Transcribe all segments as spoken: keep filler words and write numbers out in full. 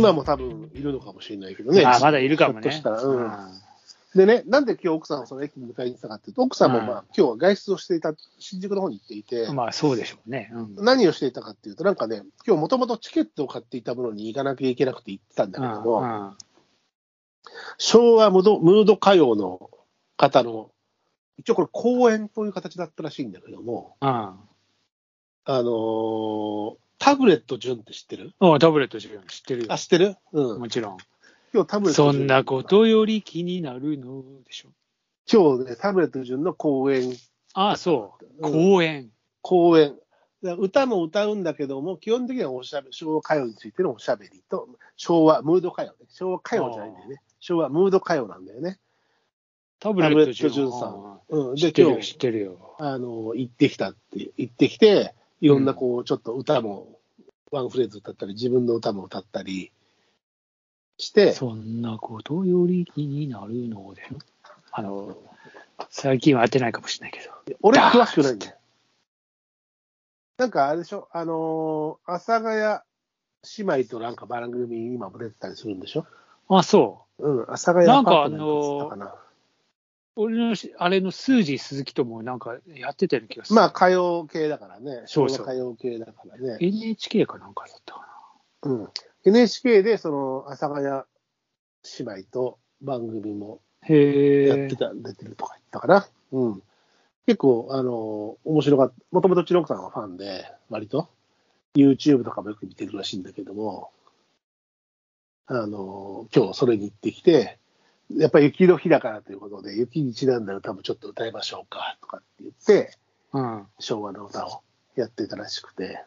今も多分いるのかもしれないけどね。 あ、まだいるかもね。 ひょっとしたら、うん。でね、なんで今日奥さんをその駅に迎えに行ったかっていうと、奥さんもまあ、今日は外出をしていた、新宿の方に行っていて、 まあそうでしょうね。 うん、何をしていたかっていうと、なんかね、今日もともとチケットを買っていたものに行かなきゃいけなくて行ってたんだけども、うんうん、昭和ムード、ムード歌謡の方の、一応これ公演という形だったらしいんだけども、うん、あのー、タブレット純って知ってる？ ああ、タブレット純知ってるよ。 あ、知ってる？うん。 もちろん。 今日タブレット純。 そんなことより気になるのでしょ。 今日ね、タブレット純の公演。 ああ、そう。公演。うん、 公演。歌も歌うんだけども、基本的にはおしゃべり、昭和歌謡についてのおしゃべりと、昭和ムード歌謡ね。昭和歌謡じゃないんだよね。昭和ムード歌謡なんだよね。 タブレット純さん。 うん。で、今日、知ってるよ。 あの、行ってきたって、行ってきて、いろんなこう、ちょっと歌も、ワンフレーズ歌ったり、自分の歌も歌ったりして。 そんなことより気になるのでしょ。あの、最近は当てないかもしれないけど。 俺詳しくないんだよ。なんかあれでしょ、あのー、阿佐ヶ谷姉妹となんか番組に今も出てたりするんでしょ？ あ、そう。 うん、阿佐ヶ谷なんかあのー、俺のあれのスージー鈴木ともなんかやってたような気がする。 まあ歌謡系だからね。昭和歌謡系だからね。 エヌエイチケー かなんかだったかな。うん。エヌエイチケー でその阿佐ヶ谷姉妹と番組もやってた、出てるとか言ったかな。うん。結構、あの、面白かった。もともとうちの奥さんはファンで、割と、YouTube とかもよく見てるらしいんだけども、あの、今日それに行ってきて、やっぱり雪の日だからということで、雪にちなんだ歌もちょっと歌いましょうか、とかって言って、うん、昭和の歌をやってたらしくて、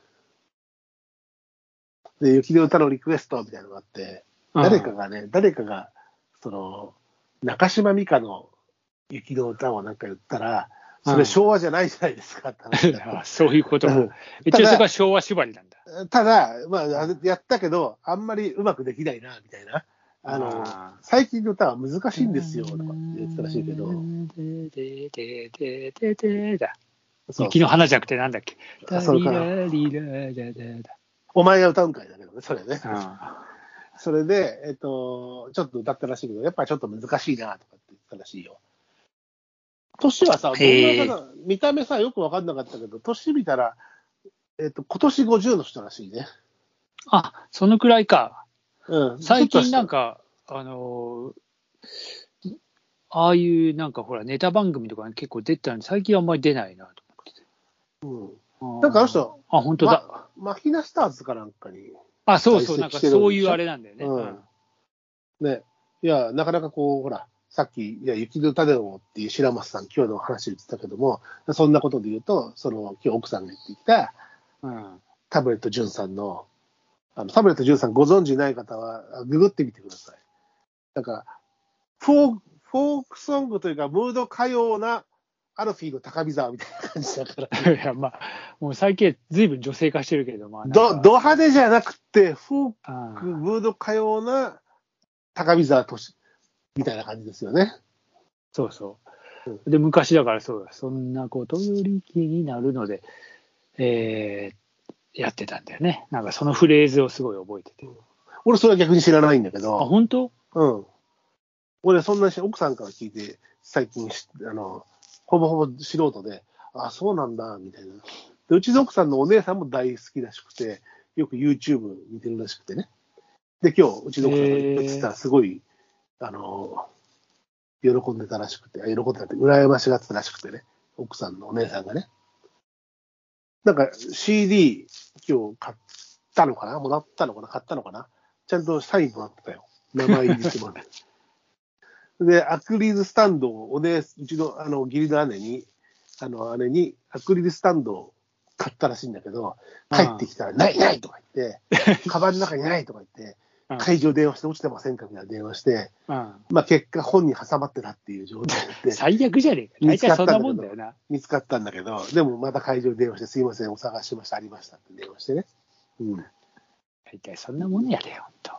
で、雪の歌のリクエストみたいなのがあって、誰かがね、うん、誰かが、その、中島美嘉の雪の歌をなんか言ったら、それ昭和じゃないじゃないですかって話だった。 そういうこと。一応そこは昭和縛りなんだ。 ただ、まあ、やったけど、あんまりうまくできないな、みたいな。あの、あ最近の歌は難しいんですよ、とかって言ってたらしいけど。 雪の花じゃなくてなんだっけ。 それからお前が歌うんかいだけどね、それね。それで、えっと、ちょっと歌ったらしいけど、やっぱりちょっと難しいな、とかって言ってたらしいよ。年はさ、どんな方、見た目さ、よく分かんなかったけど、年見たら、えっと、今年ごじゅうの人らしいね。 あ、そのくらいか。 うん。 最近なんか、あのー、ああいうなんかほら、ネタ番組とかに結構出てたのに、最近あんまり出ないなと思ってて。うん。なんかあの人、 あ、本当だ。 ま、マヒナスターズかなんかに。 あ、そうそう、なんかそういうあれなんだよね。うん。 ね。いや、なかなかこう、ほら、さっき、いや、雪の歌でもっていう白松さん、今日の話言ってたけども、そんなことで言うと、その、今日奥さんが言ってきた、うん、タブレット純さんの、あの、タブレット純さんご存知ない方は、ググってみてください。なんか、フォーク、フォークソングというか、ムード歌謡な、アルフィーの高見沢みたいな感じだから。 いや、まあ、もう最近、ずいぶん女性化してるけど、まあ。 ど、ド派手じゃなくて、フォーク、ムード歌謡な、高見沢俊みたいな感じですよね。 そうそう。うん、で、昔だからそうだ。そんなことより気になるので、えー、やってたんだよね。なんかそのフレーズをすごい覚えてて。 俺それは逆に知らないんだけど。 あ、本当？ うん。俺そんなし、奥さんから聞いて、最近、あの、ほぼほぼ素人で、あ、そうなんだ、みたいな。で、うちの奥さんのお姉さんも大好きらしくて、よく YouTube 見てるらしくてね。で、今日、うちの奥さんが言ってたら、すごい、あの、喜んでたらしくて、喜んでたって、羨ましがってたらしくてね。奥さんのお姉さんがね。なんか シーディー 今日買ったのかなもらったのかな買ったのかなちゃんとサインもらってたよ。名前入りしてもらって。で、アクリルスタンドをおね、うちのあの義理の姉に、あの姉にアクリルスタンドを買ったらしいんだけど、帰ってきたら、ないないとか言って、カバンの中にないとか言って、会場電話して落ちてませんかみたいな電話して、うん、まあ結果本に挟まってたっていう状態で。 最悪じゃねえか。大体そんなもんだよな。 見つかったんだけど、でもまた会場電話して、すいません、お探ししました、ありましたって電話してね。うん。 大体そんなもんやで、ほんと。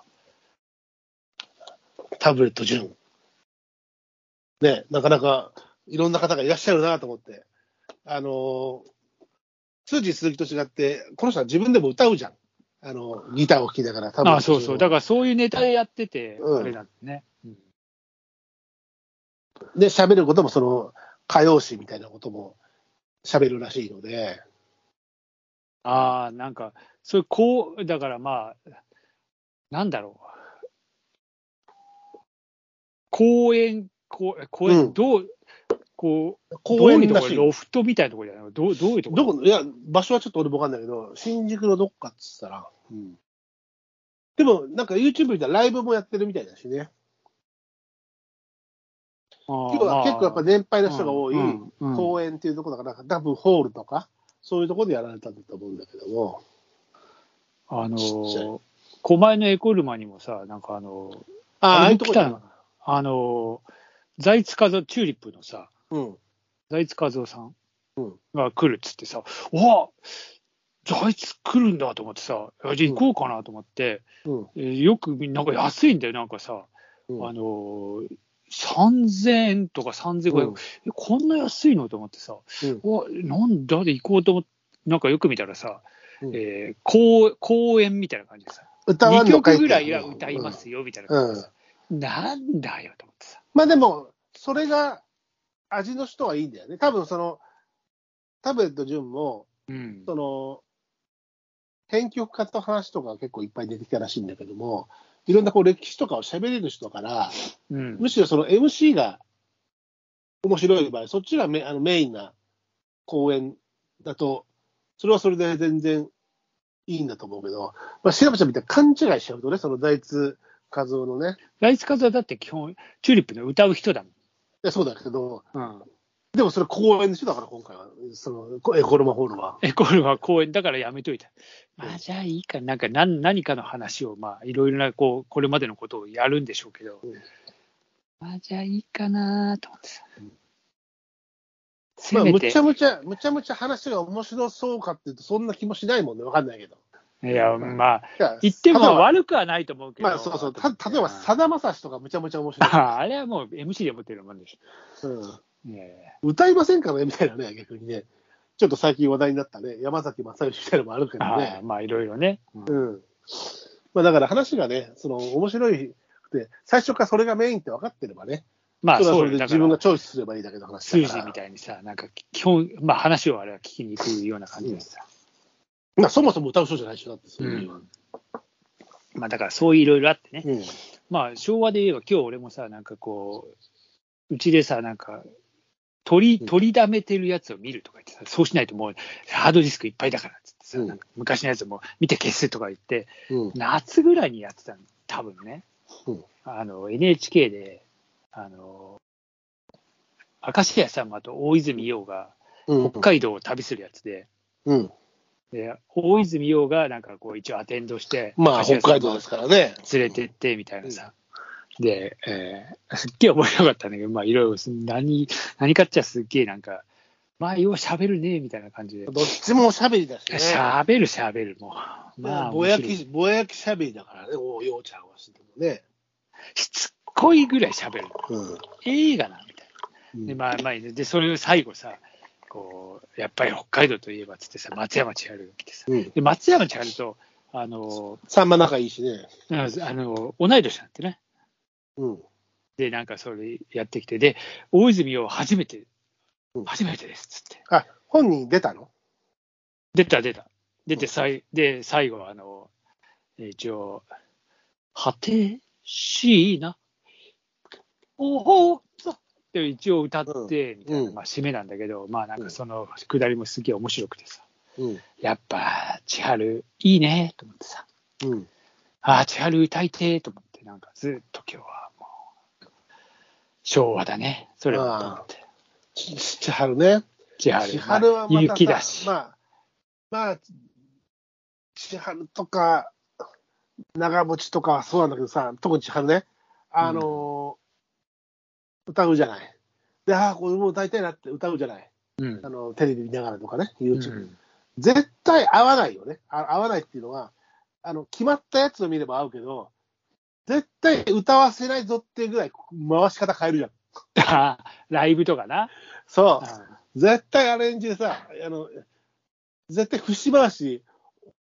タブレット純。ね、なかなかいろんな方がいらっしゃるなと思って。あのー、スージー鈴木と違って、この人は自分でも歌うじゃん。 あの、ギターを弾きながら、多分あそうそう。だからそういうネタでやってて、うん、あれなんだね。うん、 で、喋ることも、その、歌謡詞みたいなことも喋るらしいので。 ああ、なんか、そういう、こう、だからまあ、なんだろう。公園、こう公園、うん、どう、こう、公園らしい。ロフトみたいなところじゃないどう、どういうところどこいや、場所はちょっと俺もわかんないけど、新宿のどっかっつったら。うん、でも、なんか YouTube 見たらライブもやってるみたいだしね。今日は結構やっぱ年配の人が多い公園っていうところだから、多分ホールとか、そういうところでやられたんだと思うんだけども。 あのー、狛江のエコルマにもさ、なんかあのー、 ああ、ああいうところあのー、財津和夫、チューリップのさ、 うん、 財津和夫さんが来るっつってさ、うん、わ財津来るんだと思ってさ、じゃあ行こうかなと思って、うんえー、よくなんか安いんだよ、なんかさ、うん、あのー、さんぜんえんとかさんぜんごひゃくえん、うん、こんな安いのと思ってさ、うん、なんだで行こうと思って、なんかよく見たらさ、うんえー、公, 公演みたいな感じでさ、 歌にきょくぐらいは歌いますよみたいな感じでさ、うんうん、なんだよと思ってさ。 まあでも、それが味の人はいいんだよね。多分その、タブレット純も、うん、その、編曲家と話とか結構いっぱい出てきたらしいんだけども、いろんなこう歴史とかを喋れる人から、うん、むしろその エムシー が面白い場合、そっちがメあのメインな公演だと、それはそれで全然いいんだと思うけど、まあ、調べちゃみたいな勘違いしちゃうとね、その財津和夫のね。 財津和夫だって基本、チューリップの歌う人だもん。いやそうだけど、うん、でもそれ公演でしょ、だから今回は、そのエコルマホールは。 エコルマ公演だからやめといた。まあじゃあいいか、なんか 何, 何かの話を、まあいろいろなこう、これまでのことをやるんでしょうけど、うん、まあじゃあいいかなと思ってさ。うんまあ、むちゃむちゃ、むちゃむちゃ話が面白そうかっていうと、そんな気もしないもんね、わかんないけど。 いや、まあ、言っても悪くはないと思うけど。 まあ、そうそう。た例えば、さだまさしとかむちゃむちゃ面白い。 ああれはもう エムシー で持ってるもんでしょ。 うん。ね、歌いませんかねみたいなね、逆にね。ちょっと最近話題になったね、山崎正義みたいなのもあるけどね。 あまあ、いろいろね。 うん。うん、まあ、だから話がね、その、面白いくて、最初からそれがメインって分かってればね。まあ、それはそれで自分がチョイスすればいいだけの話だから。 数字みたいにさ、なんか基本、まあ話をあれは聞きに行くような感じでさ。 うん、まあそもそも歌う人じゃないでしょ、だってそういうのは。 うん、まあだからそういういろいろあってね。うん、まあ昭和で言えば今日俺もさ、なんかこう、うちでさ、なんか、取り、取りだめてるやつを見るとか言ってさ、そうしないともうハードディスクいっぱいだからっつってさ、うん、なんか昔のやつも見て消すとか言って、うん、夏ぐらいにやってたの、多分ね。うん、あの、エヌエイチケー で、あの、明石家さんまと大泉洋が北海道を旅するやつで、うん、で大泉洋がなんかこう一応アテンドして、 まあ、北海道ですからね。 連れてってみたいなさ。うん、で、えー、すっげえ面白かったんだけど、まあいろいろ何、何かっちゃすっげえなんか、まあよう喋るねみたいな感じで。 どっちも喋りだしね。 喋る喋るもう。 まあ、ぼやき、ぼやき喋りだからね、おようちゃんはしてもね。 しつっこいぐらい喋る。うん、映画なみたいな。で、まあまあ、で、それを最後さ、こう、やっぱり北海道といえばつってさ、松山千春が来てさ、うん、で松山千春と、あの、 さんま仲いいしね。 あの、同い年なんてね。うん。で、なんかそれやってきて、で、大泉洋初めて、うん、初めてですっつって。 あ、本人出たの？ 出た、出た。出て、さいで、最後は、あの、一応、果てしいな。おおって一応歌って、みたいな、まあ、締めなんだけど、まあなんかそのくだりもすげえ面白くてさ、うん、やっぱ千春いいねと思ってさ、うん、ああ千春歌いてーと思って、なんかずっと今日はもう昭和だね、それはと思って。 千春ね。 千春、 千春はまた雪だし。 まあ、まあ、千春とか長渕とかはそうなんだけどさ、特に千春ね、あのー、うん歌うじゃない。で、ああ、これも歌いたいなって歌うじゃない。うん、あのテレビ見ながらとかね、YouTube、うん。絶対合わないよね。あ合わないっていうのは、あの決まったやつを見れば合うけど、絶対歌わせないぞっていうぐらい回し方変えるじゃん。 ライブとかな。 そう。絶対アレンジでさ、あの絶対節回し、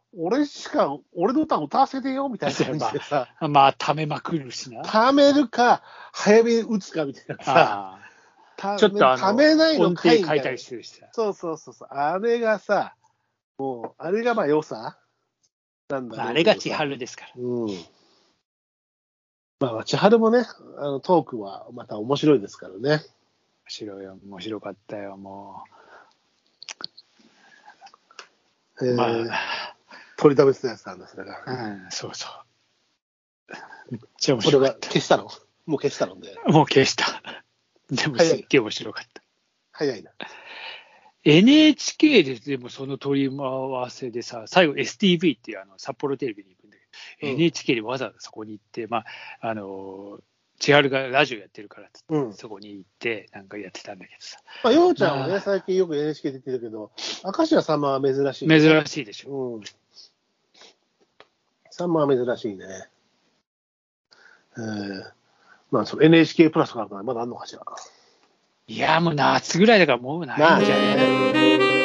俺しか、俺の歌歌わせてよみたいな感じでさ。 まあ、まあ、ためまくるしな。 ためるか、早めに打つかみたいなさ。 ちょっとあの、 ためないのかいみたいな。 音程変えたりするしさ。 そうそうそうそう。あれがさ、もう、あれがまあ良さなんだろうけどさ。 あれが千春ですから。 うん。まあ、千春もね、あのトークはまた面白いですからね。面白いよ、面白かったよ、もう。えー、まあ、取りだめてたやつなんですだから。 うん、そうそう。めっちゃ面白かった。 消したの？もう消したので。 もう消した。でもすっげえ面白かった。 早いな。 エヌエイチケー ででもその取り回わせでさ、最後 エスティーブイ っていうあの札幌テレビに行くんだけど、うん、エヌエイチケー でわざわざそこに行って、まあ、あの、千春がラジオやってるからって、うん、そこに行ってなんかやってたんだけどさ。 まあ、ようちゃんはね、最近よく エヌエイチケー 出てるけど、明石家さんまは珍しい、 ね。珍しいでしょ。 うん。さんまは珍しいね。えー、まあ、その エヌエイチケー プラスがあるからまだあんのかしら。 いや、もう夏ぐらいだからもうないんじゃない？